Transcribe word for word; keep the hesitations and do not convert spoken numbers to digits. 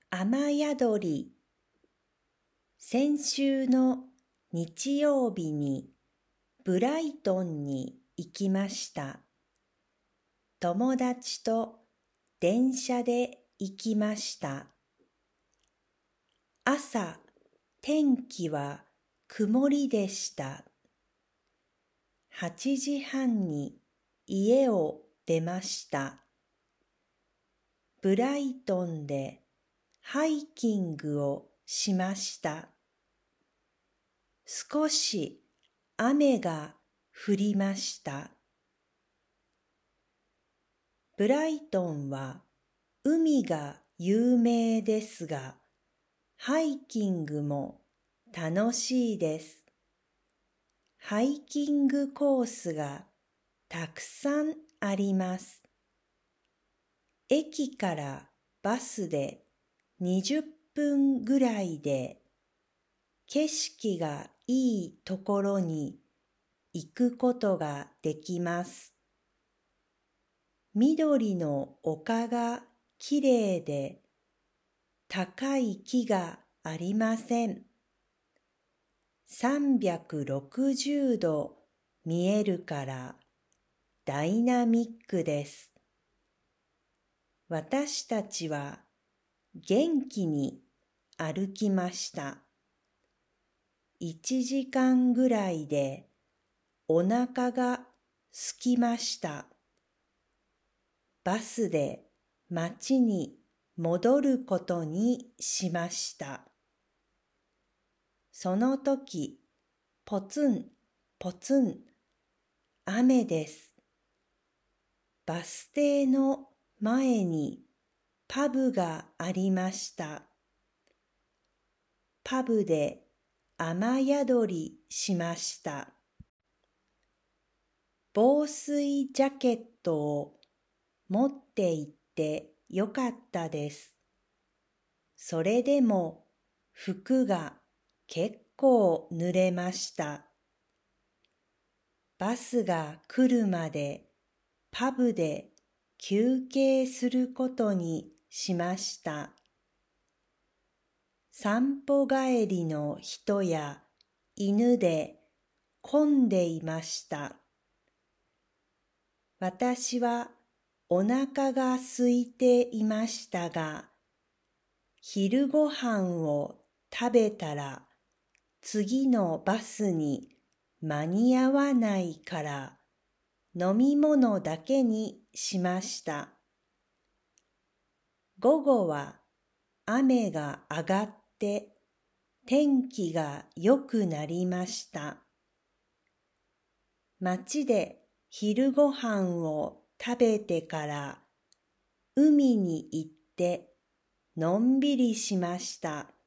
雨宿り。先週の日曜日にブライトンに行きました。友達と電車で行きました。朝、天気は曇りでした。はちじはんに家を出ました。ブライトンでハイキングをしました。少し雨が降りました。ブライトンは海が有名ですが、ハイキングも楽しいです。ハイキングコースがたくさんあります。駅からバスでにじゅっぷんぐらいで、景色がいいところに行くことができます。緑の丘がきれいで、高い木がありません。さんびゃくろくじゅうど見えるからダイナミックです。私たちは元気に歩きました。いちじかんぐらいでお腹が空きました。バスで町に戻ることにしました。その時、ポツンポツン、雨です。バス停の前にパブがありました。パブで雨宿りしました。防水ジャケットを持って行ってよかったです。それでも服が結構濡れました。バスが来るまでパブで休憩することにしました。散歩帰りの人や犬で混んでいました。私はお腹が空いていましたが、昼ごはんを食べたら次のバスに間に合わないから飲み物だけにしました。午後は雨が上がって天気が良くなりました。街で昼ごはんを食べてから海に行ってのんびりしました。